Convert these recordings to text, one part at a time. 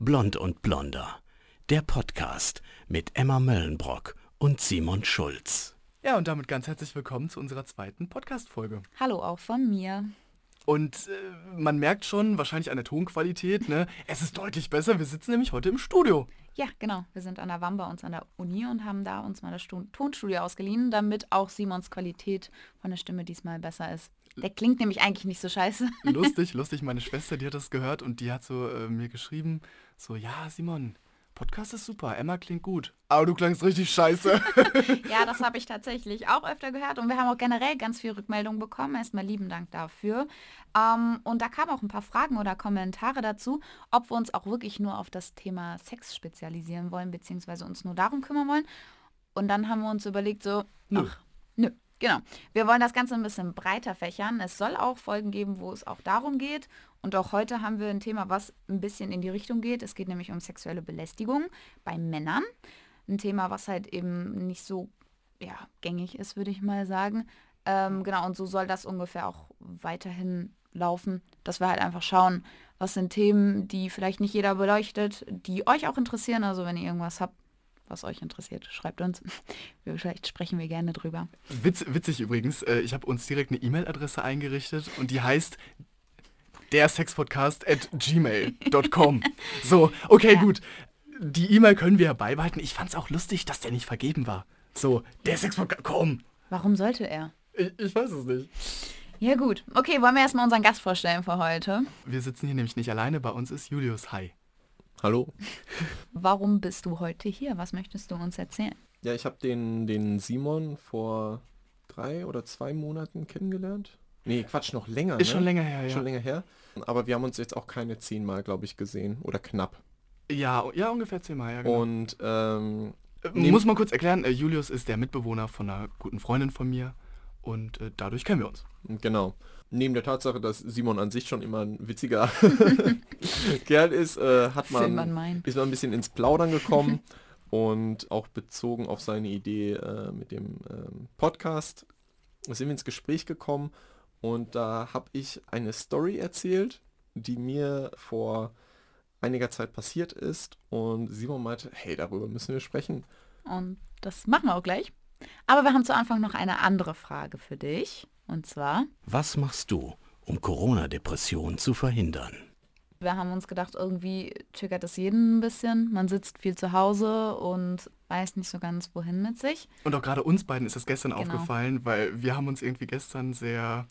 Blond und Blonder, der Podcast mit Emma Möllenbrock und Simon Schulz. Ja, und damit ganz herzlich willkommen zu unserer zweiten Podcast-Folge. Hallo auch von mir. Und man merkt schon, wahrscheinlich an der Tonqualität, ne? Es ist deutlich besser. Wir sitzen nämlich heute im Studio. Ja, genau. Wir sind an der WAM bei uns an der Uni und haben da uns mal das Tonstudio ausgeliehen, damit auch Simons Qualität von der Stimme diesmal besser ist. Der klingt nämlich eigentlich nicht so scheiße. Lustig. Meine Schwester, die hat das gehört und die hat so mir geschrieben, so, ja, Simon, Podcast ist super, Emma klingt gut. Aber du klangst richtig scheiße. Ja, das habe ich tatsächlich auch öfter gehört und wir haben auch generell ganz viel Rückmeldung bekommen. Erstmal lieben Dank dafür. Und da kamen auch ein paar Fragen oder Kommentare dazu, ob wir uns auch wirklich nur auf das Thema Sex spezialisieren wollen, beziehungsweise uns nur darum kümmern wollen. Und dann haben wir uns überlegt so, nö. Genau. Wir wollen das Ganze ein bisschen breiter fächern. Es soll auch Folgen geben, wo es auch darum geht. Und auch heute haben wir ein Thema, was ein bisschen in die Richtung geht. Es geht nämlich um sexuelle Belästigung bei Männern. Ein Thema, was halt eben nicht so gängig ist, würde ich mal sagen. Genau, und so soll das ungefähr auch weiterhin laufen, dass wir halt einfach schauen, was sind Themen, die vielleicht nicht jeder beleuchtet, die euch auch interessieren. Also wenn ihr irgendwas habt, was euch interessiert, schreibt uns. Vielleicht sprechen wir gerne drüber. Witzig übrigens, ich habe uns direkt eine E-Mail-Adresse eingerichtet und die heißt dersexpodcast@gmail.com. So, okay, ja. Gut. Die E-Mail können wir ja beibehalten. Ich fand's auch lustig, dass der nicht vergeben war. So, der Sexpodcast, komm. Warum sollte er? Ich weiß es nicht. Ja gut. Okay, wollen wir erstmal unseren Gast vorstellen für heute? Wir sitzen hier nämlich nicht alleine. Bei uns ist Julius. Hi. Hallo. Warum bist du heute hier? Was möchtest du uns erzählen? Ja, ich habe den Simon vor 3 oder 2 Monaten kennengelernt. Nee, Quatsch, noch länger. Ist schon länger her, ja. Schon länger her. Aber wir haben uns jetzt auch keine 10 Mal, glaube ich, gesehen. Oder knapp. Ja, ungefähr 10 Mal, ja, genau. Und, muss man kurz erklären, Julius ist der Mitbewohner von einer guten Freundin von mir. Und dadurch kennen wir uns. Genau. Neben der Tatsache, dass Simon an sich schon immer ein witziger Kerl ist, ist man ein bisschen ins Plaudern gekommen und auch bezogen auf seine Idee mit dem Podcast sind wir ins Gespräch gekommen und da habe ich eine Story erzählt, die mir vor einiger Zeit passiert ist und Simon meinte, hey, darüber müssen wir sprechen. Und das machen wir auch gleich. Aber wir haben zu Anfang noch eine andere Frage für dich. Und zwar: Was machst du, um Corona-Depression zu verhindern? Wir haben uns gedacht, irgendwie triggert das jeden ein bisschen. Man sitzt viel zu Hause und weiß nicht so ganz, wohin mit sich. Und auch gerade uns beiden ist das gestern aufgefallen, weil wir haben uns irgendwie gestern sehr,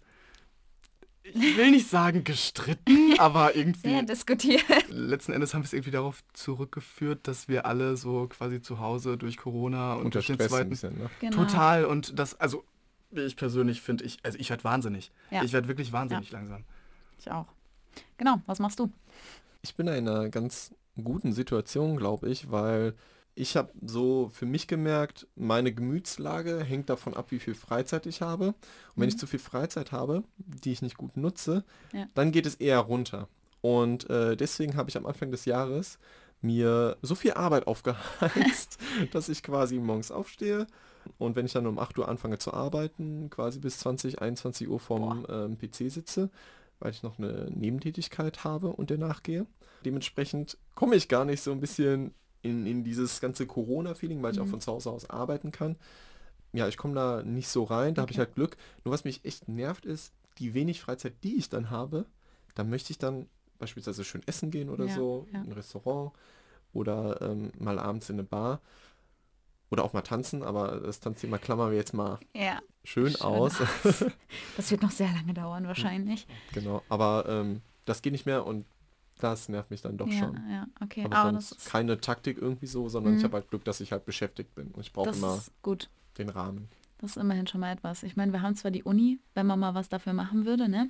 ich will nicht sagen gestritten, aber irgendwie sehr diskutiert. Letzten Endes haben wir es irgendwie darauf zurückgeführt, dass wir alle so quasi zu Hause durch Corona und durch den zweiten... Bisschen, ne? Genau. Total, und das, also ich persönlich finde, ich werde wahnsinnig. Ja. Ich werde wirklich wahnsinnig langsam. Ich auch. Genau, was machst du? Ich bin in einer ganz guten Situation, glaube ich, weil ich habe so für mich gemerkt, meine Gemütslage hängt davon ab, wie viel Freizeit ich habe. Und wenn ich zu viel Freizeit habe, die ich nicht gut nutze, dann geht es eher runter. Und deswegen habe ich am Anfang des Jahres mir so viel Arbeit aufgeheizt, dass ich quasi morgens aufstehe und wenn ich dann um 8 Uhr anfange zu arbeiten, quasi bis 20, 21 Uhr vorm PC sitze, weil ich noch eine Nebentätigkeit habe und danach gehe. Dementsprechend komme ich gar nicht so ein bisschen in dieses ganze Corona-Feeling, weil ich auch von zu Hause aus arbeiten kann. Ja, ich komme da nicht so rein, da habe ich halt Glück. Nur was mich echt nervt ist, die wenig Freizeit, die ich dann habe, da möchte ich dann beispielsweise schön essen gehen oder so, in ein Restaurant oder mal abends in eine Bar oder auch mal tanzen, aber das Tanzthema klammern wir jetzt mal schön aus. Das wird noch sehr lange dauern wahrscheinlich. Genau, aber das geht nicht mehr und das nervt mich dann doch schon. Ja, okay. Aber das ist keine Taktik irgendwie so, sondern ich habe halt Glück, dass ich halt beschäftigt bin und ich brauche immer den Rahmen. Das ist immerhin schon mal etwas. Ich meine, wir haben zwar die Uni, wenn man mal was dafür machen würde, ne?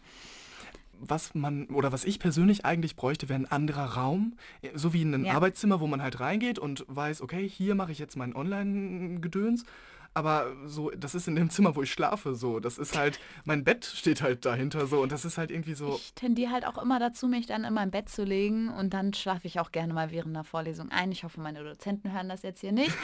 Was ich persönlich eigentlich bräuchte, wäre ein anderer Raum, so wie in ein Arbeitszimmer, wo man halt reingeht und weiß, okay, hier mache ich jetzt mein Online-Gedöns, aber so, das ist in dem Zimmer, wo ich schlafe, so, das ist halt, mein Bett steht halt dahinter, so, und das ist halt irgendwie so... Ich tendiere halt auch immer dazu, mich dann in mein Bett zu legen und dann schlafe ich auch gerne mal während einer Vorlesung ein. Ich hoffe, meine Dozenten hören das jetzt hier nicht.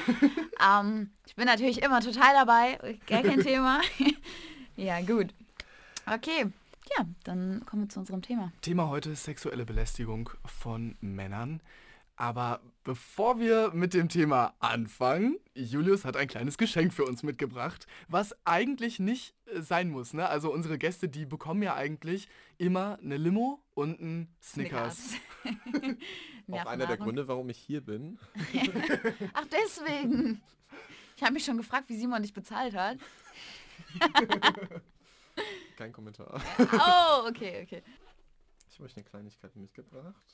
Ich bin natürlich immer total dabei, gar kein Thema. Ja, gut. Okay. Ja, dann kommen wir zu unserem Thema. Thema heute ist sexuelle Belästigung von Männern. Aber bevor wir mit dem Thema anfangen, Julius hat ein kleines Geschenk für uns mitgebracht, was eigentlich nicht sein muss. Ne? Also unsere Gäste, die bekommen ja eigentlich immer eine Limo und einen Snickers. Auch einer der Gründe, warum ich hier bin. Ach, deswegen. Ich habe mich schon gefragt, wie Simon dich bezahlt hat. Kein Kommentar. Oh, okay. Ich habe euch eine Kleinigkeit mitgebracht.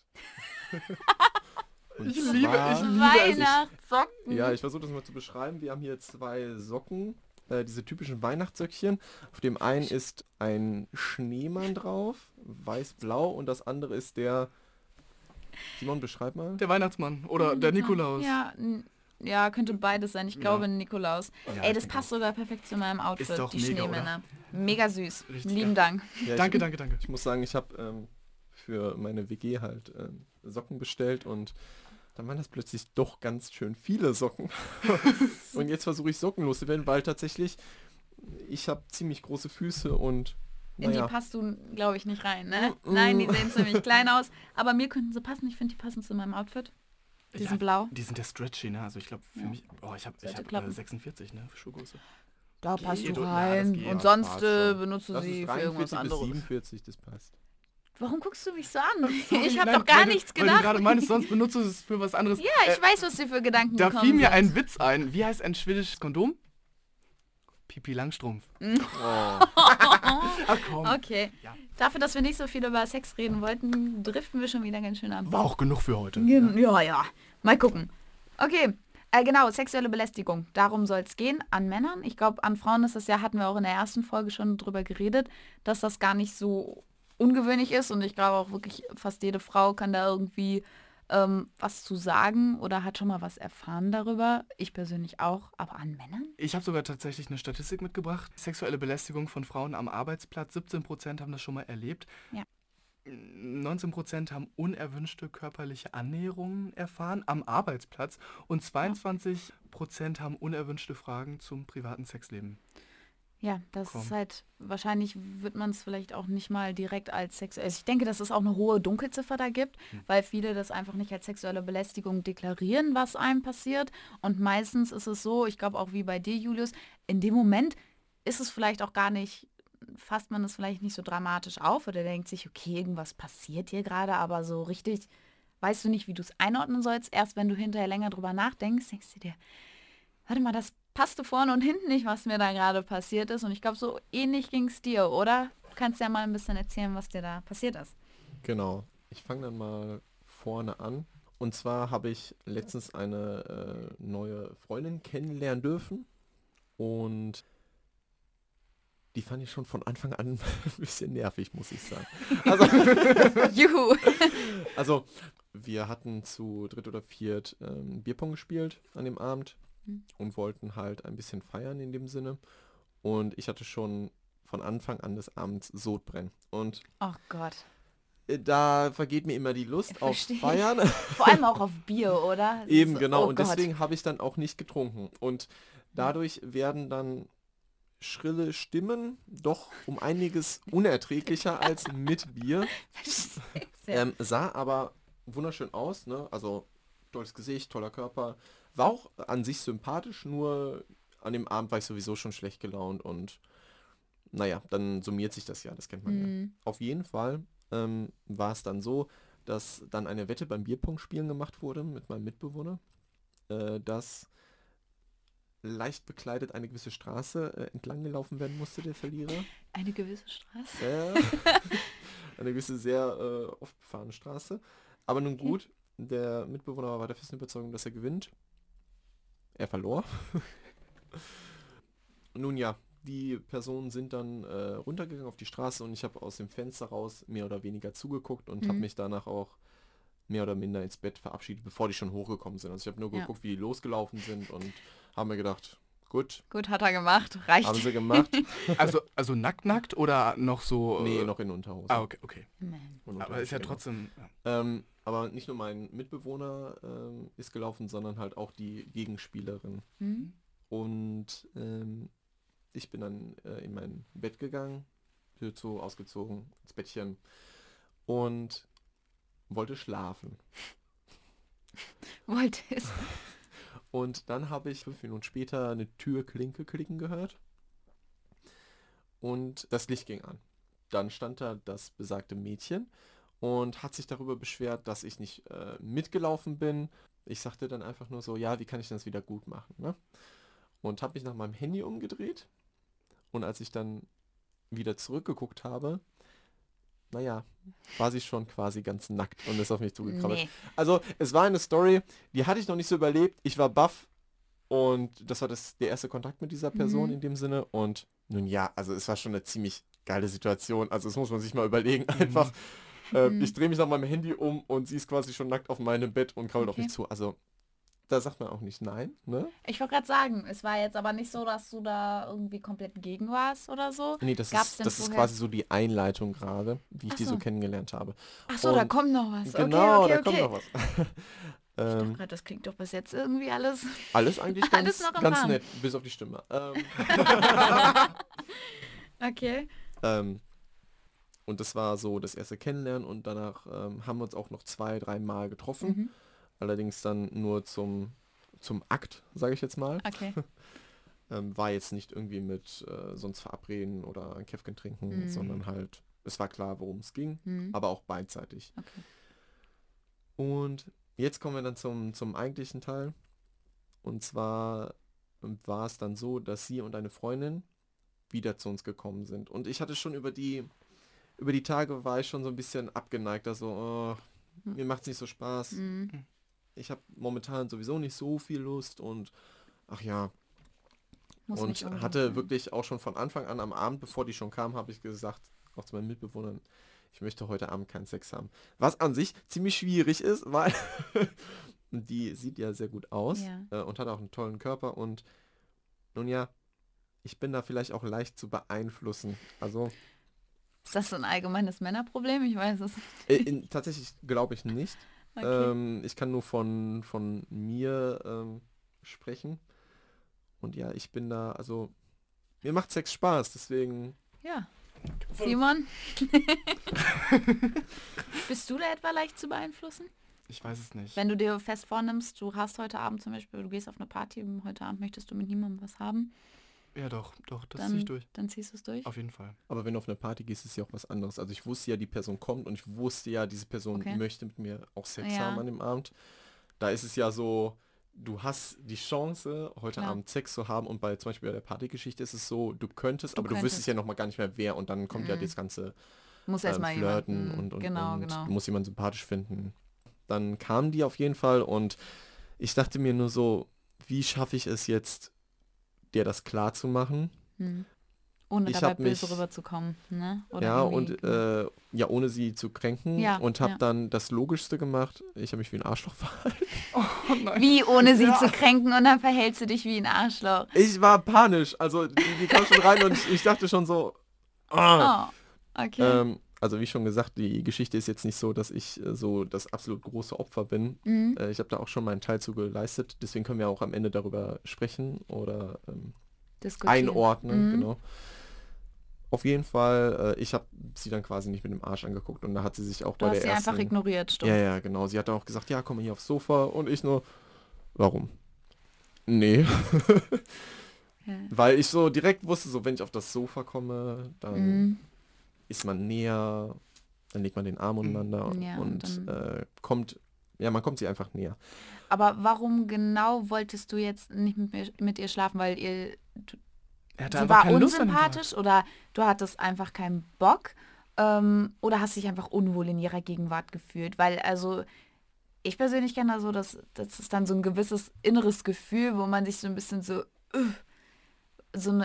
Ich liebe es. Weihnachtssocken. Ja, ich versuche das mal zu beschreiben. Wir haben hier 2 Socken, diese typischen Weihnachtssöckchen. Auf dem einen ist ein Schneemann drauf, weiß-blau, und das andere ist der... Simon, beschreib mal. Der Weihnachtsmann oder der Nikolaus. Ja, könnte beides sein. Ich glaube Nikolaus. Ja, Ey, das passt sogar perfekt zu meinem Outfit, ist doch die mega, Schneemänner. Mega süß. Richtig Lieben geil. Dank. Ja, Danke. Ich muss sagen, ich habe für meine WG halt Socken bestellt und dann waren das plötzlich doch ganz schön viele Socken. Und jetzt versuche ich Socken loszuwerden, weil tatsächlich ich habe ziemlich große Füße und In die passt du, glaube ich, nicht rein, ne? Nein, die sehen ziemlich klein aus. Aber mir könnten sie passen. Ich finde, die passen zu meinem Outfit. Die sind blau. Die sind ja stretchy, ne? Also ich glaube, für mich... Oh, ich habe 46, ne? Für Schuhgröße. Da passt Geht, du ja, rein. das geht. Und Ja, sonst passt schon. benutzt du Das sie ist für irgendwas 43 bis anderes. 47, das passt. Warum guckst du mich so an? Sorry, Ich habe nein, doch gar weil nichts Weil du gedacht. gerade meinst, sonst benutzt du es für was anderes. Ja, ich weiß, was dir für Gedanken Da gekommen fiel mir sind. ein Witz ein. Wie heißt ein schwedisches Kondom? Pipi Langstrumpf. Oh. Ach komm. Okay. Ja. Dafür, dass wir nicht so viel über Sex reden wollten, driften wir schon wieder ganz schön ab. War auch genug für heute. Ja. Mal gucken. Okay. Genau, sexuelle Belästigung. Darum soll es gehen. An Männern. Ich glaube, an Frauen ist das ja, hatten wir auch in der ersten Folge schon drüber geredet, dass das gar nicht so ungewöhnlich ist. Und ich glaube auch wirklich, fast jede Frau kann da irgendwie was zu sagen oder hat schon mal was erfahren darüber. Ich persönlich auch. Aber an Männern? Ich habe sogar tatsächlich eine Statistik mitgebracht. Sexuelle Belästigung von Frauen am Arbeitsplatz. 17% haben das schon mal erlebt. Ja. 19% haben unerwünschte körperliche Annäherungen erfahren am Arbeitsplatz und 22% haben unerwünschte Fragen zum privaten Sexleben. Ja, das Komm. ist halt, wahrscheinlich wird man es vielleicht auch nicht mal direkt als sexuell. Also ich denke, dass es auch eine hohe Dunkelziffer da gibt, weil viele das einfach nicht als sexuelle Belästigung deklarieren, was einem passiert. Und meistens ist es so, ich glaube auch wie bei dir, Julius, in dem Moment ist es vielleicht auch gar nicht, fasst man es vielleicht nicht so dramatisch auf oder denkt sich, okay, irgendwas passiert hier gerade, aber so richtig weißt du nicht, wie du es einordnen sollst. Erst wenn du hinterher länger drüber nachdenkst, denkst du dir, warte mal, das passte vorne und hinten nicht, was mir da gerade passiert ist. Und ich glaube, so ähnlich ging es dir, oder? Du kannst ja mal ein bisschen erzählen, was dir da passiert ist. Genau. Ich fange dann mal vorne an. Und zwar habe ich letztens eine neue Freundin kennenlernen dürfen. Und die fand ich schon von Anfang an ein bisschen nervig, muss ich sagen. Juhu! Also wir hatten zu 3 oder 4 Bierpong gespielt an dem Abend und wollten halt ein bisschen feiern in dem Sinne. Und ich hatte schon von Anfang an des Abends Sodbrennen. Und Oh Gott. da vergeht mir immer die Lust auf Verstehe ich. Feiern. Vor allem auch auf Bier, oder? Das Eben, ist- genau. oh Und Gott. deswegen habe ich dann auch nicht getrunken. Und dadurch werden dann schrille Stimmen doch um einiges unerträglicher als mit Bier. Ja. Sah aber wunderschön aus, ne? Also tolles Gesicht, toller Körper. War auch an sich sympathisch, nur an dem Abend war ich sowieso schon schlecht gelaunt und naja, dann summiert sich das ja, das kennt man ja. Auf jeden Fall war es dann so, dass dann eine Wette beim Bierpong-Spielen gemacht wurde mit meinem Mitbewohner, dass leicht bekleidet eine gewisse Straße entlang gelaufen werden musste, der Verlierer. Eine gewisse Straße. Eine gewisse sehr oft befahrene Straße. Aber nun gut, der Mitbewohner war der festen Überzeugung, dass er gewinnt. Er verlor. Nun ja, die Personen sind dann runtergegangen auf die Straße und ich habe aus dem Fenster raus mehr oder weniger zugeguckt und habe mich danach auch mehr oder minder ins Bett verabschiedet, bevor die schon hochgekommen sind. Also ich habe nur geguckt, wie die losgelaufen sind und haben mir gedacht, gut, Gut, hat er gemacht. Reicht. haben sie gemacht. Also nackt oder noch so... Nee, noch in Unterhose. Ah, okay. Man. Und Aber ist ja genau. trotzdem... Ja. Aber nicht nur mein Mitbewohner ist gelaufen, sondern halt auch die Gegenspielerin. Hm? Und ich bin dann in mein Bett gegangen, Tür zu, ausgezogen, ins Bettchen und wollte schlafen. wolltest. Und dann habe ich 5 Minuten später eine Türklinke klicken gehört. Und das Licht ging an. Dann stand da das besagte Mädchen und hat sich darüber beschwert, dass ich nicht mitgelaufen bin. Ich sagte dann einfach nur so, ja, wie kann ich das wieder gut machen? Ne? Und habe mich nach meinem Handy umgedreht. Und als ich dann wieder zurückgeguckt habe, naja, war sie schon quasi ganz nackt und ist auf mich zugekrabbelt. Nee. Also es war eine Story, die hatte ich noch nicht so überlebt. Ich war baff und das war der erste Kontakt mit dieser Person in dem Sinne. Und nun ja, also es war schon eine ziemlich geile Situation. Also das muss man sich mal überlegen. Einfach, ich drehe mich nach meinem Handy um und sie ist quasi schon nackt auf meinem Bett und krabbelt auf mich zu. Also da sagt man auch nicht nein, ne? Ich wollte gerade sagen, es war jetzt aber nicht so, dass du da irgendwie komplett gegen warst oder so. Nee, das ist quasi so die Einleitung gerade, wie ich die so kennengelernt habe. Ach so, da kommt noch was. Genau, okay. da kommt noch was. Ich dachte gerade, das klingt doch bis jetzt irgendwie alles... Alles eigentlich Alles noch im ganz Rahmen. nett, bis auf die Stimme. Okay. Und das war so das erste Kennenlernen und danach haben wir uns auch noch 2-3 Mal getroffen. Allerdings dann nur zum Akt, sage ich jetzt mal. Okay. War jetzt nicht irgendwie mit sonst verabreden oder ein Käffchen trinken, sondern halt, es war klar, worum es ging, aber auch beidseitig. Okay. Und jetzt kommen wir dann zum eigentlichen Teil. Und zwar war es dann so, dass sie und eine Freundin wieder zu uns gekommen sind. Und ich hatte schon über die Tage war ich schon so ein bisschen abgeneigt, also mir macht es nicht so Spaß. Ich habe momentan sowieso nicht so viel Lust und ach ja. Und hatte wirklich auch schon von Anfang an am Abend, bevor die schon kam, habe ich gesagt, auch zu meinen Mitbewohnern, ich möchte heute Abend keinen Sex haben. Was an sich ziemlich schwierig ist, weil die sieht ja sehr gut aus und hat auch einen tollen Körper und nun ja, ich bin da vielleicht auch leicht zu beeinflussen. Also ist das so ein allgemeines Männerproblem? Ich weiß es. Tatsächlich glaube ich nicht. Okay. Ich kann nur von mir sprechen. Und ja, ich bin da, also mir macht Sex Spaß, deswegen... Ja. Simon? Bist du da etwa leicht zu beeinflussen? Ich weiß es nicht. Wenn du dir fest vornimmst, du hast heute Abend zum Beispiel, du gehst auf eine Party und heute Abend möchtest du mit niemandem was haben. Ja doch, das ziehe ich durch. Dann ziehst du es durch? Auf jeden Fall. Aber wenn du auf eine Party gehst, ist ja auch was anderes. Also ich wusste ja, die Person kommt und ich wusste ja, diese Person möchte mit mir auch Sex haben an dem Abend. Da ist es ja so, du hast die Chance, heute Abend Sex zu haben und zum Beispiel bei der Partygeschichte ist es so, du könntest, aber du wüsstest ja noch mal gar nicht mehr wer und dann kommt ja das ganze muss erst mal Flirten jemanden, und genau. du musst jemanden sympathisch finden. Dann kamen die auf jeden Fall und ich dachte mir nur so, wie schaffe ich es jetzt, dir das klar zu machen? Ohne dabei böse rüberzukommen, ne? Oder ohne sie zu kränken und habe dann das Logischste gemacht. Ich habe mich wie ein Arschloch verhalten. Oh nein. Wie, ohne sie zu kränken und dann verhältst du dich wie ein Arschloch? Ich war panisch, also die kam schon rein und ich dachte schon so, okay. Also wie schon gesagt, die Geschichte ist jetzt nicht so, dass ich so das absolut große Opfer bin. Ich habe da auch schon meinen Teil zu geleistet, deswegen können wir auch am Ende darüber sprechen oder einordnen, genau. Auf jeden Fall, ich habe sie dann quasi nicht mit dem Arsch angeguckt und da hat sie sich auch bei der ersten... Du hast sie einfach ignoriert, stumpf. Ja, genau. Sie hat dann auch gesagt, ja, komm mal hier aufs Sofa und ich nur, warum? Nee. Weil ich so direkt wusste, so wenn ich auf das Sofa komme, dann ist man näher, dann legt man den Arm umeinander und man kommt sie einfach näher. Aber warum genau wolltest du jetzt nicht mit ihr schlafen? Weil sie war unsympathisch oder du hattest einfach keinen Bock oder hast dich einfach unwohl in ihrer Gegenwart gefühlt? Weil also ich persönlich kenne da so, das ist dann so ein gewisses inneres Gefühl, wo man sich so ein bisschen so ein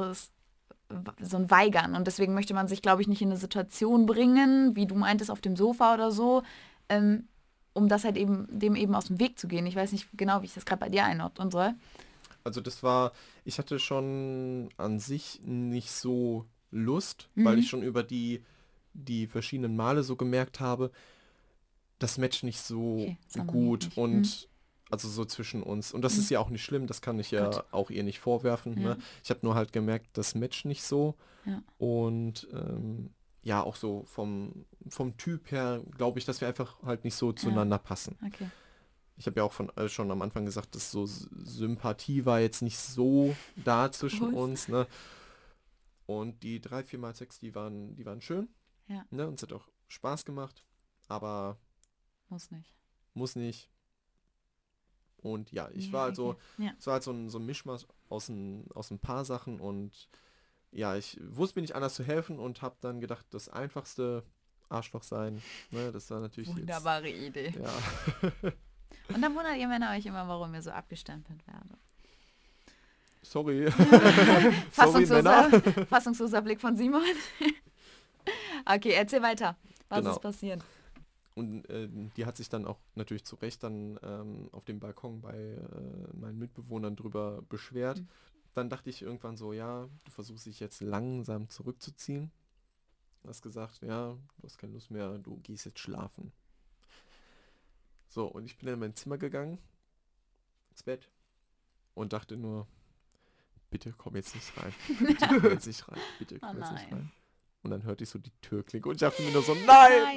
Weigern und deswegen möchte man sich, glaube ich, nicht in eine Situation bringen, wie du meintest, auf dem Sofa oder so, um das halt dem eben aus dem Weg zu gehen. Ich weiß nicht genau, wie ich das gerade bei dir einordnen soll. Also ich hatte schon an sich nicht so Lust, weil ich schon über die verschiedenen Male so gemerkt habe, das Match nicht so gut und also so zwischen uns. Und das ist ja auch nicht schlimm, das kann ich ja auch ihr nicht vorwerfen. Ja. Ne? Ich habe nur halt gemerkt, das Match nicht so. Ja. Und auch so vom Typ her glaube ich, dass wir einfach halt nicht so zueinander passen. Okay. Ich habe ja auch schon am Anfang gesagt, dass so Sympathie war jetzt nicht so da zwischen uns, ne? Und die 3-4 Mal Sex, die waren schön. Ja. Ne? Und es hat auch Spaß gemacht, aber muss nicht. Und ja, es war halt so ein Mischmasch aus ein paar Sachen und ja, ich wusste mir nicht anders zu helfen und habe dann gedacht, das einfachste Arschloch sein, ne, das war natürlich wunderbare Idee. Ja. Und dann wundert ihr Männer euch immer, warum ihr so abgestempelt werdet. Sorry. Fassungsloser Blick von Simon. Okay, erzähl weiter. Was ist passiert? Und die hat sich dann auch natürlich zu Recht dann auf dem Balkon bei meinen Mitbewohnern drüber beschwert. Dann dachte ich irgendwann so, ja, du versuchst dich jetzt langsam zurückzuziehen. Du hast gesagt, ja, du hast keine Lust mehr, du gehst jetzt schlafen. So, und ich bin dann in mein Zimmer gegangen, ins Bett, und dachte nur, bitte komm jetzt nicht rein. Bitte komm jetzt nicht rein. Bitte komm jetzt nicht rein. Und dann hörte ich so die Türklinke und ich dachte mir nur so, nein!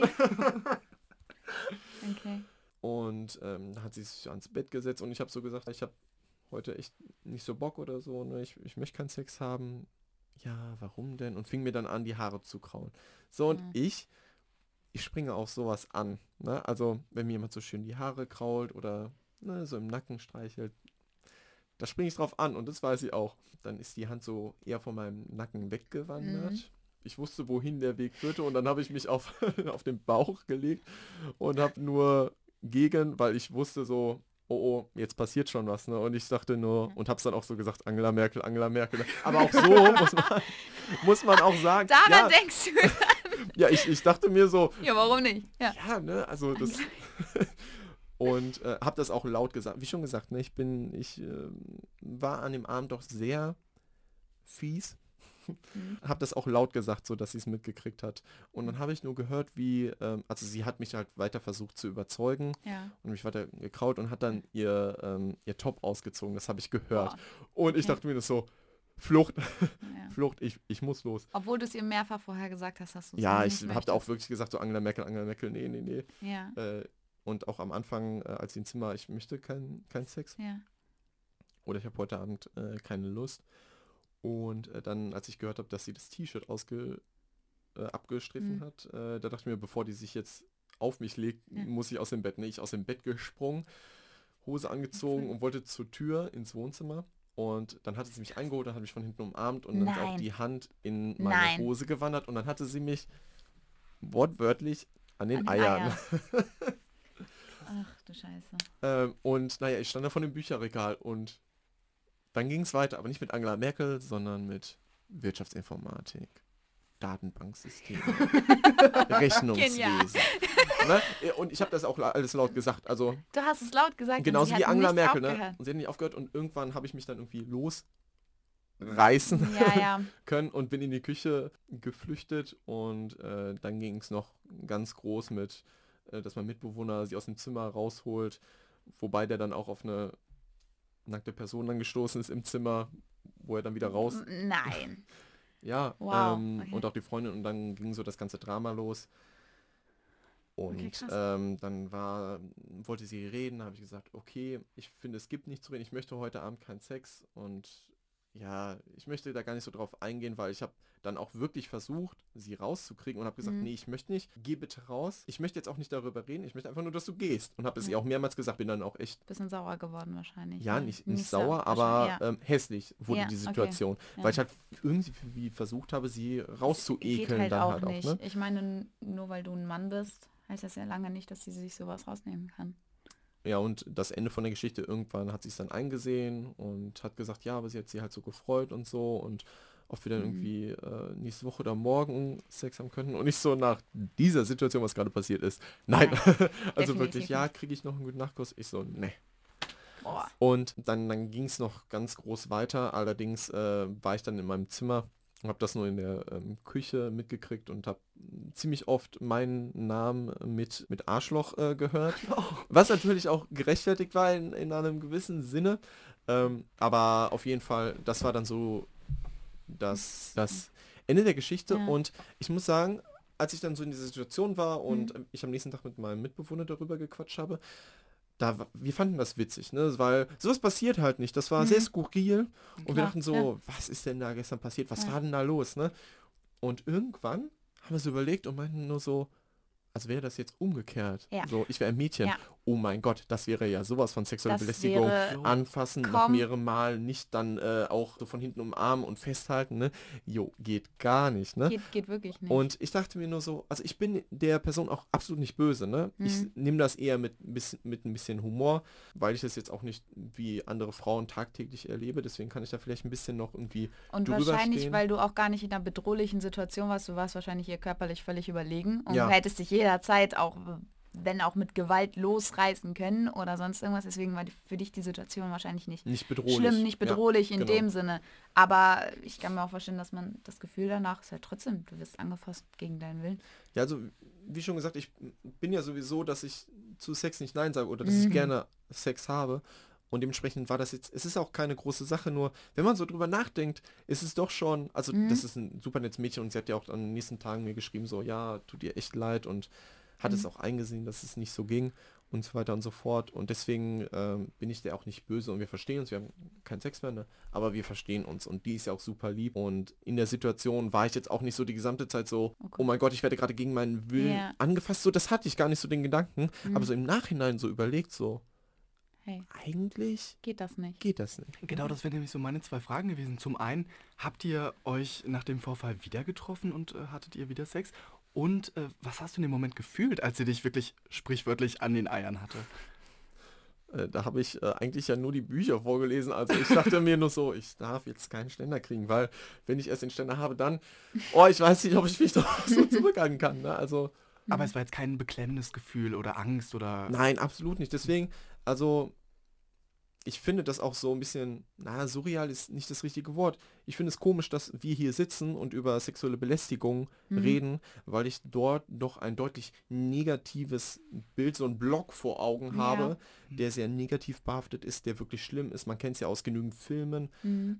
Okay. Und dann hat sie sich ans Bett gesetzt und ich habe so gesagt, ich habe heute echt nicht so Bock oder so, ne? Ich möchte keinen Sex haben. Ja, warum denn? Und fing mir dann an, die Haare zu kraulen. So, und ich springe auf sowas an. Ne? Also, wenn mir jemand so schön die Haare krault oder so im Nacken streichelt, da springe ich drauf an und das weiß ich auch. Dann ist die Hand so eher von meinem Nacken weggewandert. Ich wusste, wohin der Weg führte und dann habe ich mich auf den Bauch gelegt und habe nur weil ich wusste so, oh, jetzt passiert schon was, ne? Und ich dachte nur, und hab's dann auch so gesagt, Angela Merkel. Aber auch so muss man auch sagen. Daran denkst du dann. Ja, ich dachte mir so. Ja, warum nicht? Ja, ne, also das. Und hab das auch laut gesagt. Wie schon gesagt, ne, ich war an dem Abend doch sehr fies. Habe das auch laut gesagt, so dass sie es mitgekriegt hat. Und dann habe ich nur gehört, wie, also sie hat mich halt weiter versucht zu überzeugen und mich weiter gekraut und hat dann ihr Top ausgezogen. Das habe ich gehört. Und ich dachte mir das so, Flucht, Flucht, ich muss los. Obwohl du es ihr mehrfach vorher gesagt hast, dass du es ja, ich habe da auch wirklich gesagt, so Angela Merkel, nee. Ja. Und auch am Anfang, als sie im Zimmer, ich möchte keinen Sex. Ja. Oder ich habe heute Abend keine Lust. Und dann, als ich gehört habe, dass sie das T-Shirt abgestriffen hat, da dachte ich mir, bevor die sich jetzt auf mich legt, muss ich aus dem Bett. Ne? Ich aus dem Bett gesprungen, Hose angezogen und wollte zur Tür ins Wohnzimmer. Und dann hatte sie mich eingeholt, dann hat mich von hinten umarmt und dann ist auch die Hand in meine Hose gewandert und dann hatte sie mich wortwörtlich an den Eiern. Ach du Scheiße. Und naja, ich stand da vor dem Bücherregal und dann ging es weiter, aber nicht mit Angela Merkel, sondern mit Wirtschaftsinformatik, Datenbanksysteme, Rechnungswesen. Ne? Und ich habe das auch alles laut gesagt. Also, du hast es laut gesagt. Genauso wie Angela Merkel. Ne? Und sie hat nicht aufgehört und irgendwann habe ich mich dann irgendwie losreißen können und bin in die Küche geflüchtet und dann ging es noch ganz groß mit, dass mein Mitbewohner sie aus dem Zimmer rausholt, wobei der dann auch auf eine nackte Person dann gestoßen ist im Zimmer, wo er dann wieder raus... Nein. Ja, okay. Und auch die Freundin und dann ging so das ganze Drama los. Und okay, dann wollte sie reden, habe ich gesagt, okay, ich finde, es gibt nichts zu reden, ich möchte heute Abend keinen Sex und ja, ich möchte da gar nicht so drauf eingehen, weil ich habe dann auch wirklich versucht, sie rauszukriegen und habe gesagt, nee, ich möchte nicht, geh bitte raus. Ich möchte jetzt auch nicht darüber reden, ich möchte einfach nur, dass du gehst. Und habe es ihr auch mehrmals gesagt, bin dann auch echt... Bisschen sauer geworden wahrscheinlich. Ja, nicht sauer, aber hässlich wurde die Situation. Okay. Weil ich halt irgendwie versucht habe, sie rauszuekeln. Geht halt dann auch halt nicht. Auch, ne? Ich meine, nur weil du ein Mann bist, heißt das ja lange nicht, dass sie sich sowas rausnehmen kann. Ja, und das Ende von der Geschichte, irgendwann hat sie es dann eingesehen und hat gesagt, ja, aber sie hat sich halt so gefreut und so und ob wir dann irgendwie nächste Woche oder morgen Sex haben könnten und nicht so nach dieser Situation, was gerade passiert ist. Nein. Also wirklich, ja, kriege ich noch einen guten Nachtkuss? Ich so, nee. Boah. Und dann ging es noch ganz groß weiter, allerdings war ich dann in meinem Zimmer, habe das nur in der Küche mitgekriegt und habe ziemlich oft meinen Namen mit Arschloch gehört, was natürlich auch gerechtfertigt war in einem gewissen Sinne, aber auf jeden Fall, das war dann so das Ende der Geschichte und ich muss sagen, als ich dann so in dieser Situation war und ich am nächsten Tag mit meinem Mitbewohner darüber gequatscht habe, wir fanden das witzig, ne? Weil sowas passiert halt nicht. Das war sehr skurril. Und wir dachten so, was ist denn da gestern passiert? Was war denn da los, ne? Und irgendwann haben wir so überlegt und meinten nur so, als wäre das jetzt umgekehrt. Ja. So, ich wäre ein Mädchen. Ja. Oh mein Gott, das wäre ja sowas von sexueller Das Belästigung. wäre Anfassen, noch mehrere Mal, nicht dann auch so von hinten umarmen und festhalten, ne? Jo, geht gar nicht, ne? Geht wirklich nicht. Und ich dachte mir nur so, also ich bin der Person auch absolut nicht böse, ne? Ich nehme das eher mit ein bisschen Humor, weil ich das jetzt auch nicht wie andere Frauen tagtäglich erlebe, deswegen kann ich da vielleicht ein bisschen noch irgendwie Und drüber wahrscheinlich, stehen. weil du auch gar nicht in einer bedrohlichen Situation warst, du warst wahrscheinlich ihr körperlich völlig überlegen und Ja. du hättest dich jederzeit auch, wenn auch mit Gewalt, losreißen können oder sonst irgendwas. Deswegen war für dich die Situation wahrscheinlich nicht bedrohlich. schlimm, nicht bedrohlich in genau. dem Sinne. Aber ich kann mir auch vorstellen, dass man das Gefühl danach ist halt trotzdem, du wirst angefasst gegen deinen Willen. Ja, also wie schon gesagt, ich bin ja sowieso, dass ich zu Sex nicht Nein sage oder dass ich gerne Sex habe. Und dementsprechend war das jetzt, es ist auch keine große Sache, nur wenn man so drüber nachdenkt, ist es doch schon, also das ist ein super nettes Mädchen und sie hat ja auch an den nächsten Tagen mir geschrieben, so, ja, tut dir echt leid und hat es auch eingesehen, dass es nicht so ging und so weiter und so fort. Und deswegen bin ich der auch nicht böse und wir verstehen uns, wir haben keinen Sex mehr, ne? Aber wir verstehen uns und die ist ja auch super lieb. Und in der Situation war ich jetzt auch nicht so die gesamte Zeit so, oh mein Gott, ich werde gerade gegen meinen Willen angefasst. So, das hatte ich gar nicht so den Gedanken, aber so im Nachhinein so überlegt, so, Hey, eigentlich geht das nicht? geht das nicht. Genau, das wären nämlich so meine 2 Fragen gewesen. Zum einen, habt ihr euch nach dem Vorfall wieder getroffen und hattet ihr wieder Sex? Und was hast du in dem Moment gefühlt, als sie dich wirklich sprichwörtlich an den Eiern hatte? Da habe ich eigentlich ja nur die Bücher vorgelesen. Also ich dachte mir nur so, ich darf jetzt keinen Ständer kriegen, weil wenn ich erst den Ständer habe, dann, ich weiß nicht, ob ich mich doch so zurückhalten kann. Ne? Also Aber es war jetzt kein beklemmendes Gefühl oder Angst oder... nein, absolut nicht. Deswegen, also ich finde das auch so ein bisschen, surreal ist nicht das richtige Wort. Ich finde es komisch, dass wir hier sitzen und über sexuelle Belästigung reden, weil ich dort doch ein deutlich negatives Bild, so einen Block vor Augen habe, der sehr negativ behaftet ist, der wirklich schlimm ist. Man kennt es ja aus genügend Filmen.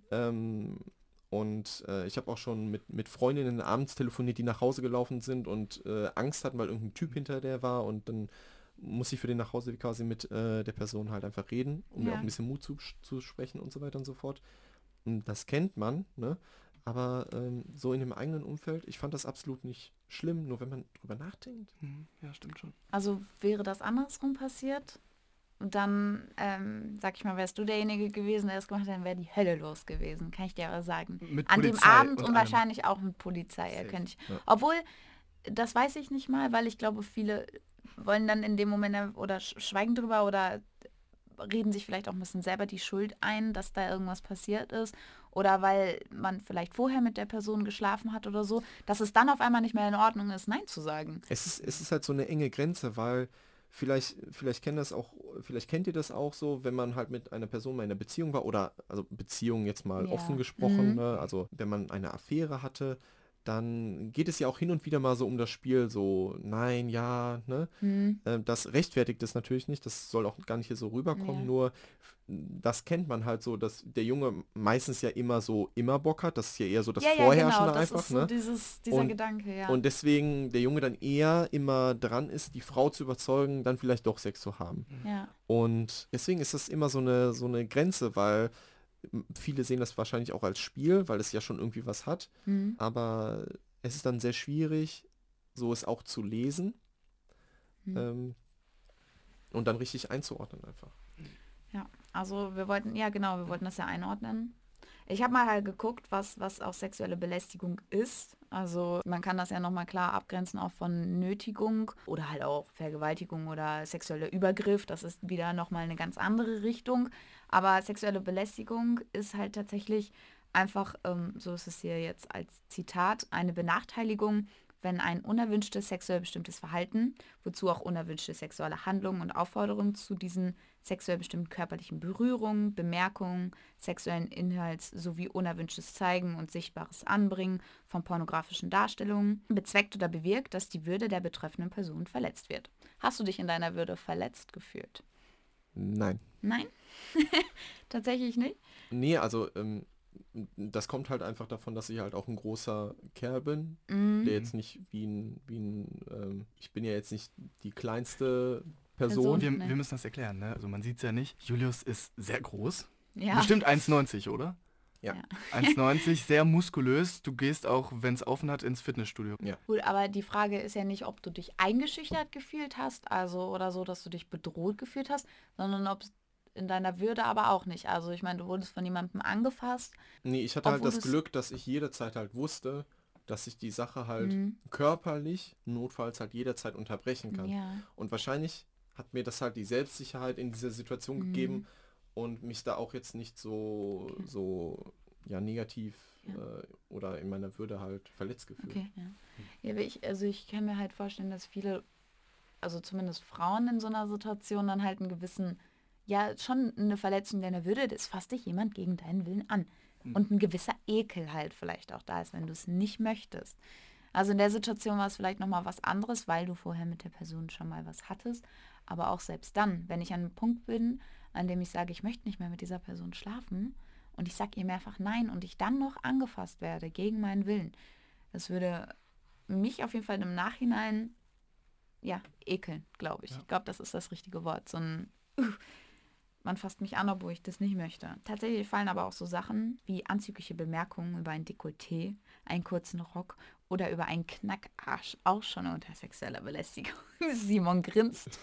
Und ich habe auch schon mit Freundinnen abends telefoniert, die nach Hause gelaufen sind und Angst hatten, weil irgendein Typ hinter der war und dann muss ich für den nach Hause quasi mit der Person halt einfach reden, um mir auch ein bisschen Mut zu sprechen und so weiter und so fort. Und das kennt man, ne? Aber so in dem eigenen Umfeld, ich fand das absolut nicht schlimm, nur wenn man drüber nachdenkt. Ja, stimmt schon. Also wäre das andersrum passiert, dann, sag ich mal, wärst du derjenige gewesen, der das gemacht hat, dann wäre die Hölle los gewesen, kann ich dir aber sagen. Mit An dem Polizei Abend und allem. wahrscheinlich auch mit Polizei. Safe. Könnte ich. Ja. Obwohl, das weiß ich nicht mal, weil ich glaube, viele wollen dann in dem Moment oder schweigen drüber oder reden sich vielleicht auch ein bisschen selber die Schuld ein, dass da irgendwas passiert ist. Oder weil man vielleicht vorher mit der Person geschlafen hat oder so, dass es dann auf einmal nicht mehr in Ordnung ist, Nein zu sagen. Es ist halt so eine enge Grenze, weil vielleicht kennt ihr das auch so, wenn man halt mit einer Person mal in einer Beziehung war oder, also Beziehung jetzt mal offen gesprochen, ne? Also wenn man eine Affäre hatte, dann geht es ja auch hin und wieder mal so um das Spiel, so nein, ja, ne? Das rechtfertigt es natürlich nicht, das soll auch gar nicht hier so rüberkommen, nur das kennt man halt so, dass der Junge meistens ja immer Bock hat, das ist ja eher so das Vorherrschende das einfach, ist so ne? dieser Gedanke, ja. Und deswegen der Junge dann eher immer dran ist, die Frau zu überzeugen, dann vielleicht doch Sex zu haben. Ja. Und deswegen ist das immer so eine Grenze, weil viele sehen das wahrscheinlich auch als Spiel, weil es ja schon irgendwie was hat. Aber es ist dann sehr schwierig, so es auch zu lesen und dann richtig einzuordnen einfach. Ja, also wir wollten das ja einordnen. Ich habe mal halt geguckt, was auch sexuelle Belästigung ist. Also man kann das ja nochmal klar abgrenzen auch von Nötigung oder halt auch Vergewaltigung oder sexueller Übergriff. Das ist wieder nochmal eine ganz andere Richtung. Aber sexuelle Belästigung ist halt tatsächlich einfach, so ist es hier jetzt als Zitat, eine Benachteiligung, wenn ein unerwünschtes sexuell bestimmtes Verhalten, wozu auch unerwünschte sexuelle Handlungen und Aufforderungen zu diesen sexuell bestimmten körperlichen Berührungen, Bemerkungen, sexuellen Inhalts sowie unerwünschtes Zeigen und sichtbares Anbringen von pornografischen Darstellungen bezweckt oder bewirkt, dass die Würde der betreffenden Person verletzt wird. Hast du dich in deiner Würde verletzt gefühlt? Nein. Nein? Tatsächlich nicht? Nee, also das kommt halt einfach davon, dass ich halt auch ein großer Kerl bin, der jetzt nicht wie ein ich bin ja jetzt nicht die kleinste Person. Wir müssen das erklären, ne? Also man sieht es ja nicht. Julius ist sehr groß. Ja. Bestimmt 1,90, oder? Ja. 1,90, sehr muskulös. Du gehst auch, wenn es offen hat, ins Fitnessstudio. Ja. Gut, aber die Frage ist ja nicht, ob du dich eingeschüchtert gefühlt hast, also oder so, dass du dich bedroht gefühlt hast, sondern ob es in deiner Würde aber auch nicht. Also ich meine, du wurdest von jemandem angefasst. Nee, ich hatte halt Obwohl das Glück, dass ich jederzeit halt wusste, dass ich die Sache halt Mhm. körperlich notfalls halt jederzeit unterbrechen kann. Ja. Und wahrscheinlich hat mir das halt die Selbstsicherheit in dieser Situation gegeben und mich da auch jetzt nicht so negativ oder in meiner Würde halt verletzt gefühlt. Okay, ja. Ja, aber ich kann mir halt vorstellen, dass viele, also zumindest Frauen in so einer Situation dann halt einen gewissen, ja, schon eine Verletzung deiner Würde, das fasst dich jemand gegen deinen Willen an. Und ein gewisser Ekel halt vielleicht auch da ist, wenn du es nicht möchtest. Also in der Situation war es vielleicht nochmal was anderes, weil du vorher mit der Person schon mal was hattest. Aber auch selbst dann, wenn ich an einem Punkt bin, an dem ich sage, ich möchte nicht mehr mit dieser Person schlafen und ich sage ihr mehrfach nein und ich dann noch angefasst werde gegen meinen Willen, das würde mich auf jeden Fall im Nachhinein, ja, ekeln, glaube ich. Ja. Ich glaube, das ist das richtige Wort. So ein, man fasst mich an, obwohl ich das nicht möchte. Tatsächlich fallen aber auch so Sachen wie anzügliche Bemerkungen über ein Dekolleté, einen kurzen Rock oder über einen Knackarsch auch schon unter sexueller Belästigung. Simon grinst.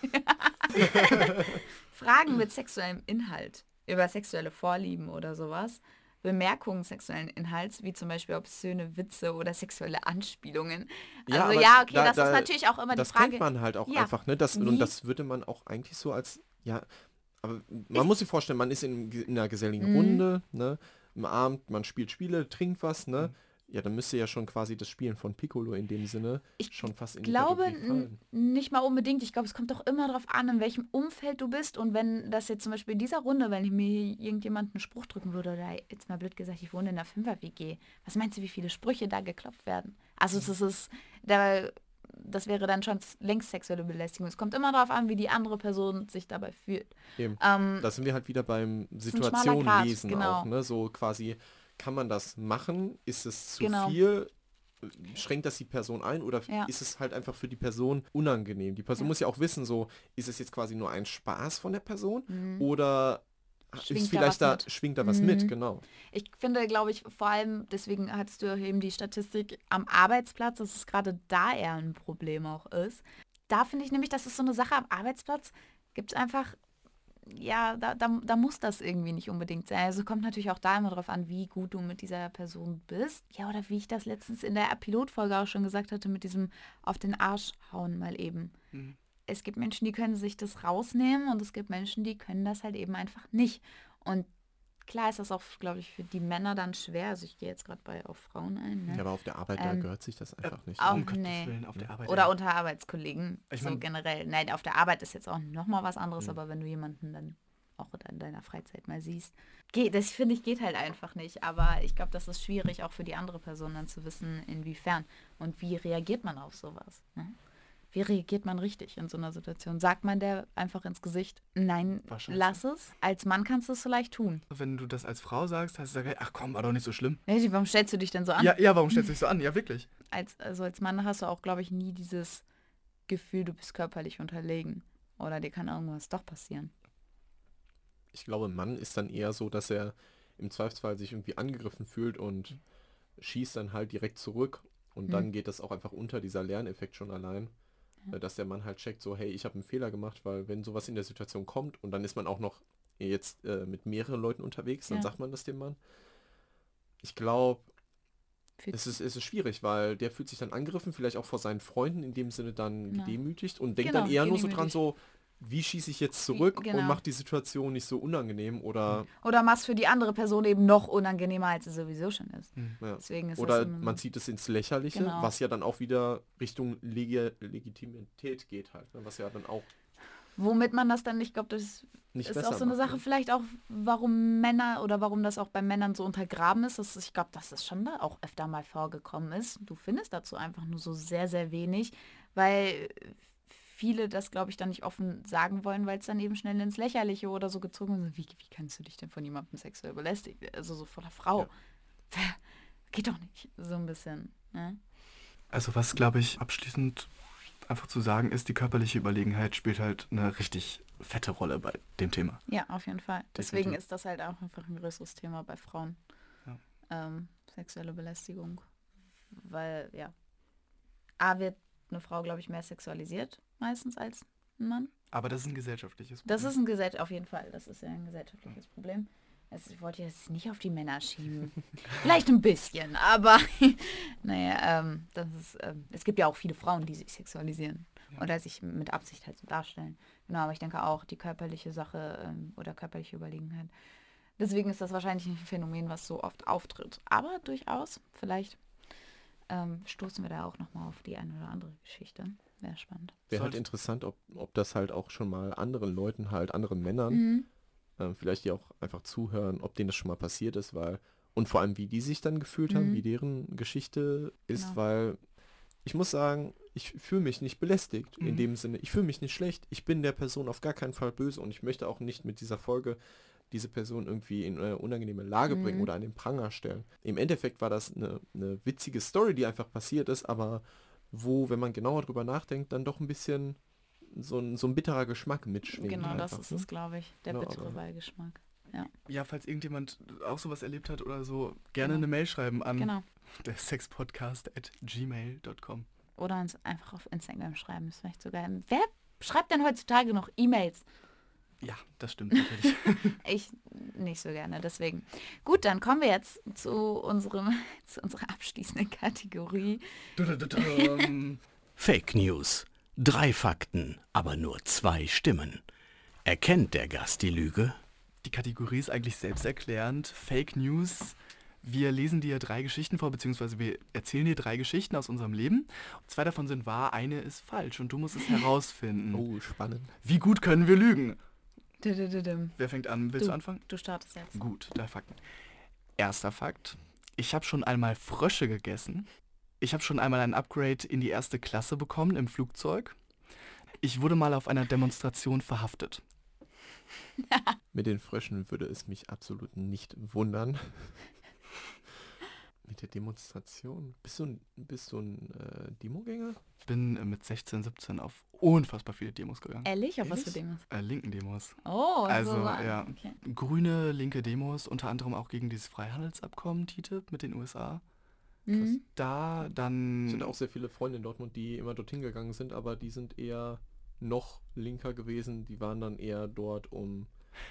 Fragen mit sexuellem Inhalt über sexuelle Vorlieben oder sowas. Bemerkungen sexuellen Inhalts, wie zum Beispiel obszöne Witze oder sexuelle Anspielungen. Ja, Also aber ja, okay, da- das da- ist natürlich auch immer die Das Frage. kennt man halt auch Ja. einfach, ne? Und Wie? das würde man auch eigentlich so als, ja, aber man muss sich vorstellen, man ist in einer geselligen Mhm. Runde, ne? Am Abend, man spielt Spiele, trinkt was, ne? Ja, dann müsste ja schon quasi das Spielen von Piccolo in dem Sinne Ich schon fast in glaube die Kategorie fallen. nicht mal unbedingt. Ich glaube, es kommt doch immer darauf an, in welchem Umfeld du bist. Und wenn das jetzt zum Beispiel in dieser Runde, wenn ich mir hier irgendjemand einen Spruch drücken würde, oder jetzt mal blöd gesagt, ich wohne in einer 5er-WG, was meinst du, wie viele Sprüche da geklopft werden? Also das wäre dann schon längst sexuelle Belästigung. Es kommt immer darauf an, wie die andere Person sich dabei fühlt. Eben. Ähm, Da sind wir halt wieder beim ist ein schmaler Situation Grat, lesen genau. auch, ne? So quasi, kann man das machen? Ist es zu Genau. viel? Schränkt das die Person ein oder Ja. ist es halt einfach für die Person unangenehm? Die Person muss ja auch wissen, so, ist es jetzt quasi nur ein Spaß von der Person oder Schwingt da was mit? schwingt da was mit, genau. Ich finde, glaube ich, vor allem, deswegen hattest du eben die Statistik am Arbeitsplatz, dass es gerade da eher ein Problem auch ist. Da finde ich nämlich, das ist so eine Sache am Arbeitsplatz, gibt es einfach, ja, da muss das irgendwie nicht unbedingt sein. Also kommt natürlich auch da immer drauf an, wie gut du mit dieser Person bist. Ja, oder wie ich das letztens in der Pilotfolge auch schon gesagt hatte, mit diesem auf den Arsch hauen mal eben. Es gibt Menschen, die können sich das rausnehmen und es gibt Menschen, die können das halt eben einfach nicht. Und klar ist das auch, glaube ich, für die Männer dann schwer. Also ich gehe jetzt gerade auf Frauen ein. Ne? Ja, aber auf der Arbeit, da gehört sich das einfach nicht. auch ne? Um Gottes nee. Willen, auf der Arbeit. Oder unter Arbeitskollegen, Ich so mein- generell. Nein, auf der Arbeit ist jetzt auch nochmal was anderes, aber wenn du jemanden dann auch in deiner Freizeit mal siehst, das finde ich geht halt einfach nicht. Aber ich glaube, das ist schwierig auch für die andere Person dann zu wissen, inwiefern und wie reagiert man auf sowas. Ne? Wie reagiert man richtig in so einer Situation? Sagt man der einfach ins Gesicht, nein, Wahrscheinlich. lass es? Als Mann kannst du es so leicht tun. Wenn du das als Frau sagst, heißt es, ach komm, war doch nicht so schlimm. Nee, warum stellst du dich denn so an? Ja, warum stellst du dich so an? Ja, wirklich. Als Mann hast du auch, glaube ich, nie dieses Gefühl, du bist körperlich unterlegen. Oder dir kann irgendwas doch passieren. Ich glaube, Mann ist dann eher so, dass er im Zweifelsfall sich irgendwie angegriffen fühlt und schießt dann halt direkt zurück. Und dann geht das auch einfach unter, dieser Lerneffekt schon allein. Dass der Mann halt checkt, so, hey, ich habe einen Fehler gemacht, weil wenn sowas in der Situation kommt und dann ist man auch noch jetzt mit mehreren Leuten unterwegs, dann Ja. sagt man das dem Mann. Ich glaube, Für- es ist schwierig, weil der fühlt sich dann angegriffen, vielleicht auch vor seinen Freunden in dem Sinne dann Genau. gedemütigt und denkt Genau, dann eher nur so dran, gedemütigt. so, wie schieße ich jetzt zurück genau. und macht die Situation nicht so unangenehm oder Oder machst für die andere Person eben noch unangenehmer, als es sowieso schon ist. ja. Deswegen ist Oder das immer so. man zieht es ins Lächerliche, Genau. was ja dann auch wieder Richtung Legitimität geht halt, ne? Was ja dann auch Womit man das dann, ich glaube, das nicht ist besser auch so eine macht, Sache ne? vielleicht auch, warum Männer oder warum das auch bei Männern so untergraben ist. Ich glaube, dass es schon da auch öfter mal vorgekommen ist. Du findest dazu einfach nur so sehr, sehr wenig, weil viele das, glaube ich, dann nicht offen sagen wollen, weil es dann eben schnell ins Lächerliche oder so gezogen ist. Wie kannst du dich denn von jemandem sexuell belästigen? Also so vor der Frau. Ja. Geht doch nicht. So ein bisschen. Ne? Also was, glaube ich, abschließend einfach zu sagen ist, die körperliche Überlegenheit spielt halt eine richtig fette Rolle bei dem Thema. Ja, auf jeden Fall. Deswegen Definitiv. ist das halt auch einfach ein größeres Thema bei Frauen. Ja. Sexuelle Belästigung. Weil, ja, A wird eine Frau, glaube ich, mehr sexualisiert meistens als ein Mann. Aber das ist ein gesellschaftliches Problem. Das ist ein Gesellschaft, auf jeden Fall. Das ist ja ein gesellschaftliches Problem. Also ich wollte jetzt nicht auf die Männer schieben. Vielleicht ein bisschen, aber naja, es gibt ja auch viele Frauen, die sich sexualisieren oder sich mit Absicht halt so darstellen. Genau, aber ich denke auch die körperliche Sache oder körperliche Überlegenheit. Deswegen ist das wahrscheinlich nicht ein Phänomen, was so oft auftritt. Aber durchaus, vielleicht stoßen wir da auch nochmal auf die eine oder andere Geschichte. Wäre spannend. Wäre halt interessant, ob das halt auch schon mal anderen Leuten, halt anderen Männern, Mhm. vielleicht die auch einfach zuhören, ob denen das schon mal passiert ist, weil, und vor allem, wie die sich dann gefühlt haben, wie deren Geschichte ist, Genau. weil ich muss sagen, ich fühle mich nicht belästigt in dem Sinne. Ich fühle mich nicht schlecht. Ich bin der Person auf gar keinen Fall böse und ich möchte auch nicht mit dieser Folge diese Person irgendwie in eine unangenehme Lage bringen oder an den Pranger stellen. Im Endeffekt war das eine witzige Story, die einfach passiert ist, aber wo, wenn man genauer drüber nachdenkt, dann doch ein bisschen so ein bitterer Geschmack mitschwingt. Genau, einfach, das ist ne? es, glaube ich. Der Genau, bittere aber- Beigeschmack. Ja, falls irgendjemand auch sowas erlebt hat oder so, gerne Genau. eine Mail schreiben an Genau. der sexpodcast@gmail.com. Oder uns einfach auf Instagram schreiben. Ist vielleicht sogar. Wer schreibt denn heutzutage noch E-Mails? Ja, das stimmt natürlich. Ich nicht so gerne, deswegen. Gut, dann kommen wir jetzt zu unserer abschließenden Kategorie. Fake News. 3 Fakten, aber nur 2 Stimmen. Erkennt der Gast die Lüge? Die Kategorie ist eigentlich selbsterklärend. Fake News. Wir lesen dir 3 Geschichten vor, beziehungsweise wir erzählen dir 3 Geschichten aus unserem Leben. 2 davon sind wahr, eine ist falsch und du musst es herausfinden. Oh, spannend. Wie gut können wir lügen? Du Wer fängt an? Willst du anfangen? startest jetzt. Gut, 3 Fakten. Erster Fakt. Ich habe schon einmal Frösche gegessen. Ich habe schon einmal ein Upgrade in die 1. Klasse bekommen im Flugzeug. Ich wurde mal auf einer Demonstration verhaftet. Mit den Fröschen würde es mich absolut nicht wundern. Mit der Demonstration? Bist du ein Demogänger? Ich bin mit 16, 17 auf unfassbar viele Demos gegangen. Ehrlich? Auf was für Ehrlich? Demos? Linken Demos. Oh, Also, so ja. Okay. Grüne, linke Demos, unter anderem auch gegen dieses Freihandelsabkommen TTIP mit den USA. Mhm. Da dann... Es sind auch sehr viele Freunde in Dortmund, die immer dorthin gegangen sind, aber die sind eher noch linker gewesen. Die waren dann eher dort, um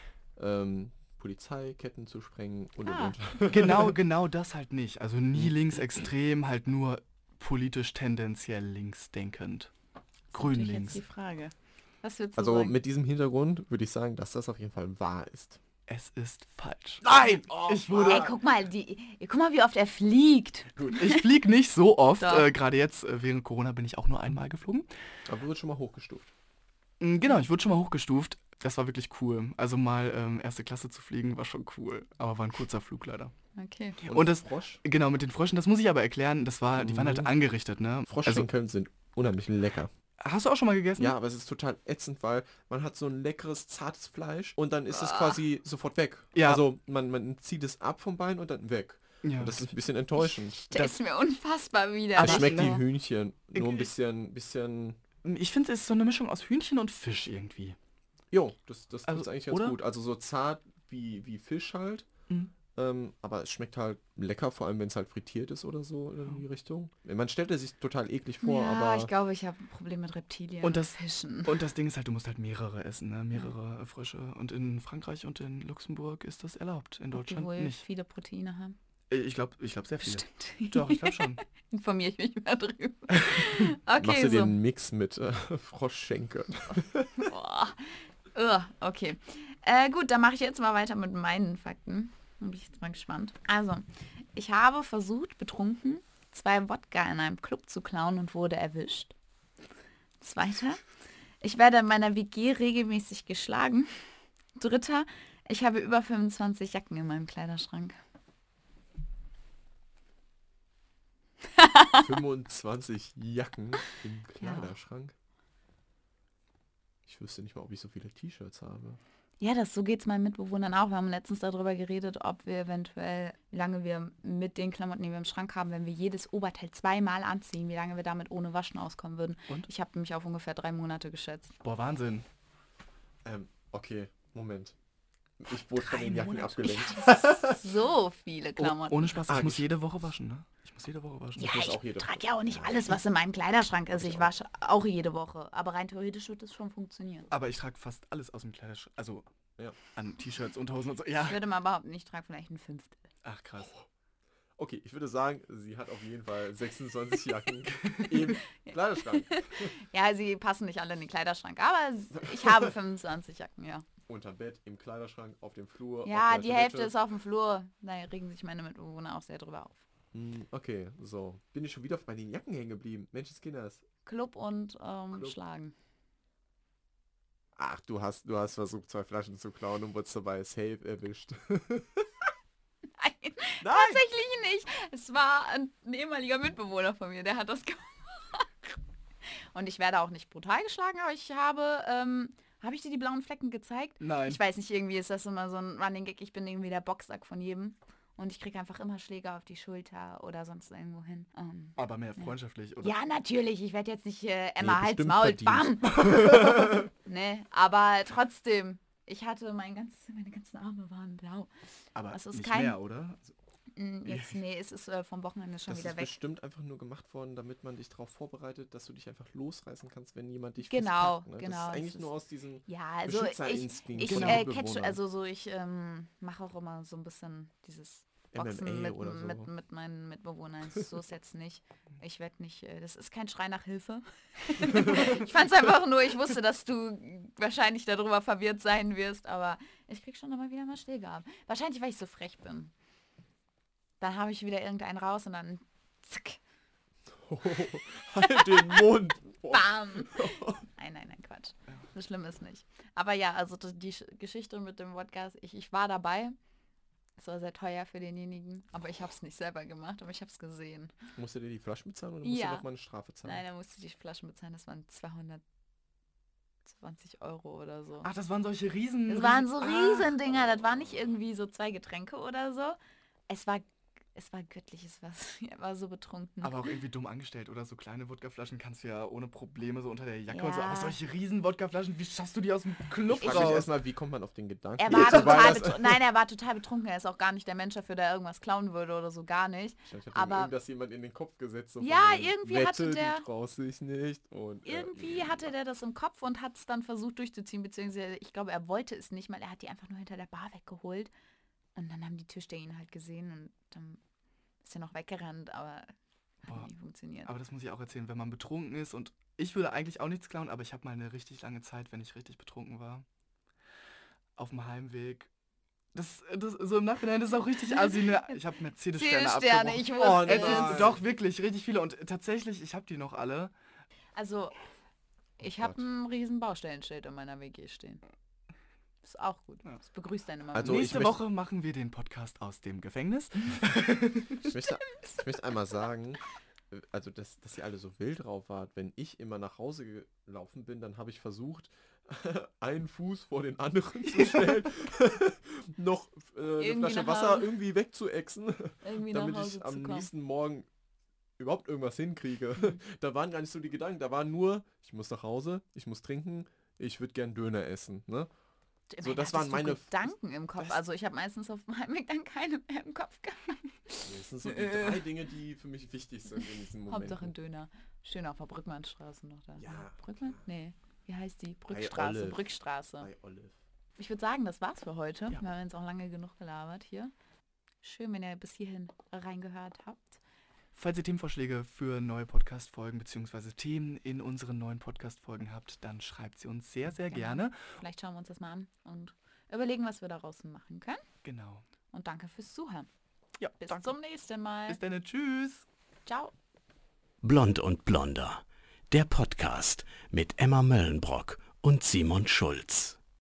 Polizeiketten zu sprengen und und. Genau das halt nicht. Also nie linksextrem, halt nur politisch tendenziell linksdenkend. Grün Natürlich links. jetzt die Frage. Was würdest du Also sagen? mit diesem Hintergrund würde ich sagen, dass das auf jeden Fall wahr ist. Es ist falsch. Nein! Ich wurde... Ey, guck mal, wie oft er fliegt. Gut, ich fliege nicht so oft. Doch. Gerade jetzt, während Corona, bin ich auch nur einmal geflogen. Aber wird schon mal hochgestuft. Genau, ich wurde schon mal hochgestuft. Das war wirklich cool. Also mal 1. Klasse zu fliegen, war schon cool. Aber war ein kurzer Flug leider. Okay. Und das- Frosch? Genau, mit den Fröschen, das muss ich aber erklären. Die waren halt angerichtet, ne? Also, Froschschenkeln sind unheimlich lecker. hast du auch schon mal gegessen? Ja, aber es ist total ätzend, weil man hat so ein leckeres, zartes Fleisch und dann ist es quasi sofort weg. Ja. Also man zieht es ab vom Bein und dann weg. Ja. Und das ist ein bisschen enttäuschend. Das ist mir unfassbar Es widerlich. schmeckt wie genau. Hühnchen, nur ein bisschen... Ich finde, es ist so eine Mischung aus Hühnchen und Fisch irgendwie. Jo, das Also, ist eigentlich ganz oder? gut. Also so zart wie Fisch halt. Mhm. Aber es schmeckt halt lecker, vor allem wenn es halt frittiert ist oder so in die Richtung. Man stellt es sich total eklig vor, ja, aber... ich glaube, ich habe ein Problem mit Reptilien Und das- Fischen. Und das Ding ist halt, du musst halt mehrere essen, ne? Mehrere Frösche. Und in Frankreich und in Luxemburg ist das erlaubt, in Die Deutschland wohl nicht. viele Proteine haben. Ich glaube sehr viele. Stimmt. Doch, ich glaube schon. Informiere ich mich mal drüber. Machst Okay, du so. den Mix mit Froschschenkeln? Boah. Okay. Gut, dann mache ich jetzt mal weiter mit meinen Fakten. Bin ich jetzt mal gespannt. Also, ich habe versucht, betrunken 2 Wodka in einem Club zu klauen und wurde erwischt. 2. Ich werde in meiner WG regelmäßig geschlagen. 3. Ich habe über 25 Jacken in meinem Kleiderschrank. 25 Jacken im Kleiderschrank. Ich wüsste nicht mal, ob ich so viele T-Shirts habe. Ja, so geht es meinen Mitbewohnern auch. Wir haben letztens darüber geredet, ob wir eventuell, wie lange wir mit den Klamotten, die wir im Schrank haben, wenn wir jedes Oberteil 2-mal anziehen, wie lange wir damit ohne Waschen auskommen würden. Und? Ich habe mich auf ungefähr 3 Monate geschätzt. Boah, Wahnsinn. Okay, Moment. Ich wurde von den Jacken abgelenkt. So viele Klamotten. Ohne Spaß, ich muss jede Woche waschen, ne? Ich muss jede Woche waschen. Ja, ich trage ja auch nicht alles, was in meinem Kleiderschrank ist. Ich wasche auch jede Woche. Aber rein theoretisch wird es schon funktionieren. Aber ich trage fast alles aus dem Kleiderschrank. Also an T-Shirts, Unterhosen und so. Ja. Ich würde mal behaupten, ich trage vielleicht ein 1/5. Ach, krass. Okay, ich würde sagen, sie hat auf jeden Fall 26 Jacken im Kleiderschrank. Ja, sie passen nicht alle in den Kleiderschrank, aber ich habe 25 Jacken, ja. Unterm Bett, im Kleiderschrank, auf dem Flur. Ja, die Hälfte ist auf dem Flur. Da regen sich meine Mitbewohner auch sehr drüber auf. Okay, so. Bin ich schon wieder bei den Jacken hängen geblieben. Menschenskinders. Club und Schlagen. Ach, du hast versucht, 2 Flaschen zu klauen und wurdest dabei safe erwischt. Nein, tatsächlich nicht. Es war ein ehemaliger Mitbewohner von mir, der hat das gemacht. Und ich werde auch nicht brutal geschlagen, aber ich habe ich dir die blauen Flecken gezeigt? Nein. Ich weiß nicht, irgendwie ist das immer so ein Running Gag. Ich bin irgendwie der Boxsack von jedem. Und ich kriege einfach immer Schläge auf die Schulter oder sonst irgendwo hin. Aber mehr freundschaftlich, oder? Ja, natürlich. Ich werde jetzt nicht Emma Hals, Maul, bam. Ne, aber trotzdem. Ich hatte meine ganzen Arme waren blau. Aber es ist nicht kein, mehr, oder? Es ist vom Wochenende schon wieder weg. Das ist bestimmt einfach nur gemacht worden, damit man dich darauf vorbereitet, dass du dich einfach losreißen kannst, wenn jemand dich genau, festpackt, ne? Genau. Das ist eigentlich nur aus diesem also Beschützerinstinkt ich von catch, also so ich mache auch immer so ein bisschen dieses Boxen mit meinen Mitbewohnern. So ist jetzt nicht. Ich werde nicht, das ist kein Schrei nach Hilfe. Ich fand es einfach nur, ich wusste, dass du wahrscheinlich darüber verwirrt sein wirst, aber ich krieg schon immer wieder mal Schläge ab. Wahrscheinlich, weil ich so frech bin. Dann habe ich wieder irgendeinen raus und dann zack. Halt den Mund. Bam. Nein, Quatsch. So schlimm ist nicht. Aber ja, also die Geschichte mit dem Wodka, ich war dabei. Es war sehr teuer für denjenigen, aber ich habe es nicht selber gemacht, aber ich habe es gesehen. Musst du dir die Flaschen bezahlen oder musst du noch mal eine Strafe zahlen? Nein, er musste die Flaschen bezahlen, das waren 220 Euro oder so. Ach, das waren solche Riesen... Das waren so Riesendinger, das waren nicht irgendwie so 2 Getränke oder so. Es war göttliches Wasser. Er war so betrunken. Aber auch irgendwie dumm angestellt, oder? So kleine Wodkaflaschen kannst du ja ohne Probleme so unter der Jacke und so. Aber solche riesen Wodkaflaschen, wie schaffst du die aus dem Club raus? Ich frage mich erstmal, wie kommt man auf den Gedanken? Er war total betrunken. Er ist auch gar nicht der Mensch dafür, der irgendwas klauen würde oder so, gar nicht. Ich habe ihm das jemand in den Kopf gesetzt. So irgendwie Wette, hatte der... Die traust sich nicht. Und, irgendwie hatte der das im Kopf und hat es dann versucht durchzuziehen, beziehungsweise ich glaube, er wollte es nicht mal. Er hat die einfach nur hinter der Bar weggeholt. Und dann haben die Türsteher ihn halt gesehen und dann ist er noch weggerannt, aber hat nie funktioniert. Aber das muss ich auch erzählen, wenn man betrunken ist und ich würde eigentlich auch nichts klauen, aber ich habe mal eine richtig lange Zeit, wenn ich richtig betrunken war, auf dem Heimweg. Das so im Nachhinein, das ist auch richtig assi. Ich habe Mercedes-Sterne abgebrochen. Ich wusste Doch, wirklich, richtig viele. Und tatsächlich, ich habe die noch alle. Also, ich habe ein riesen Baustellenschild in meiner WG stehen. Ist auch gut. Das begrüßt einen immer. Also nächste Woche machen wir den Podcast aus dem Gefängnis. Ich möchte einmal sagen, also dass ihr alle so wild drauf wart. Wenn ich immer nach Hause gelaufen bin, dann habe ich versucht, einen Fuß vor den anderen zu stellen, noch eine Flasche Wasser irgendwie wegzuexen, damit ich am nächsten Morgen überhaupt irgendwas hinkriege. Da waren gar nicht so die Gedanken, da waren nur, ich muss nach Hause, ich muss trinken, ich würde gern Döner essen, ne? So, das waren meine Gedanken im Kopf. Also ich habe meistens auf dem Heimweg dann keine mehr im Kopf gehabt. Das sind so die 3 Dinge, die für mich wichtig sind in diesem Moment. Hauptsache ein Döner. Schön auf der Brückmannstraße noch da. Ja. Brückmann? Nee. Wie heißt die? Brückstraße. Brückstraße. Bei Olive. Ich würde sagen, das war's für heute. Ja. Wir haben jetzt auch lange genug gelabert hier. Schön, wenn ihr bis hierhin reingehört habt. Falls ihr Themenvorschläge für neue Podcast-Folgen bzw. Themen in unseren neuen Podcast-Folgen habt, dann schreibt sie uns sehr, sehr gerne. Vielleicht schauen wir uns das mal an und überlegen, was wir daraus machen können. Genau. Und danke fürs Zuhören. Ja, bis zum nächsten Mal. Bis dann, tschüss. Ciao. Blond und Blonder, der Podcast mit Emma Möllenbrock und Simon Schulz.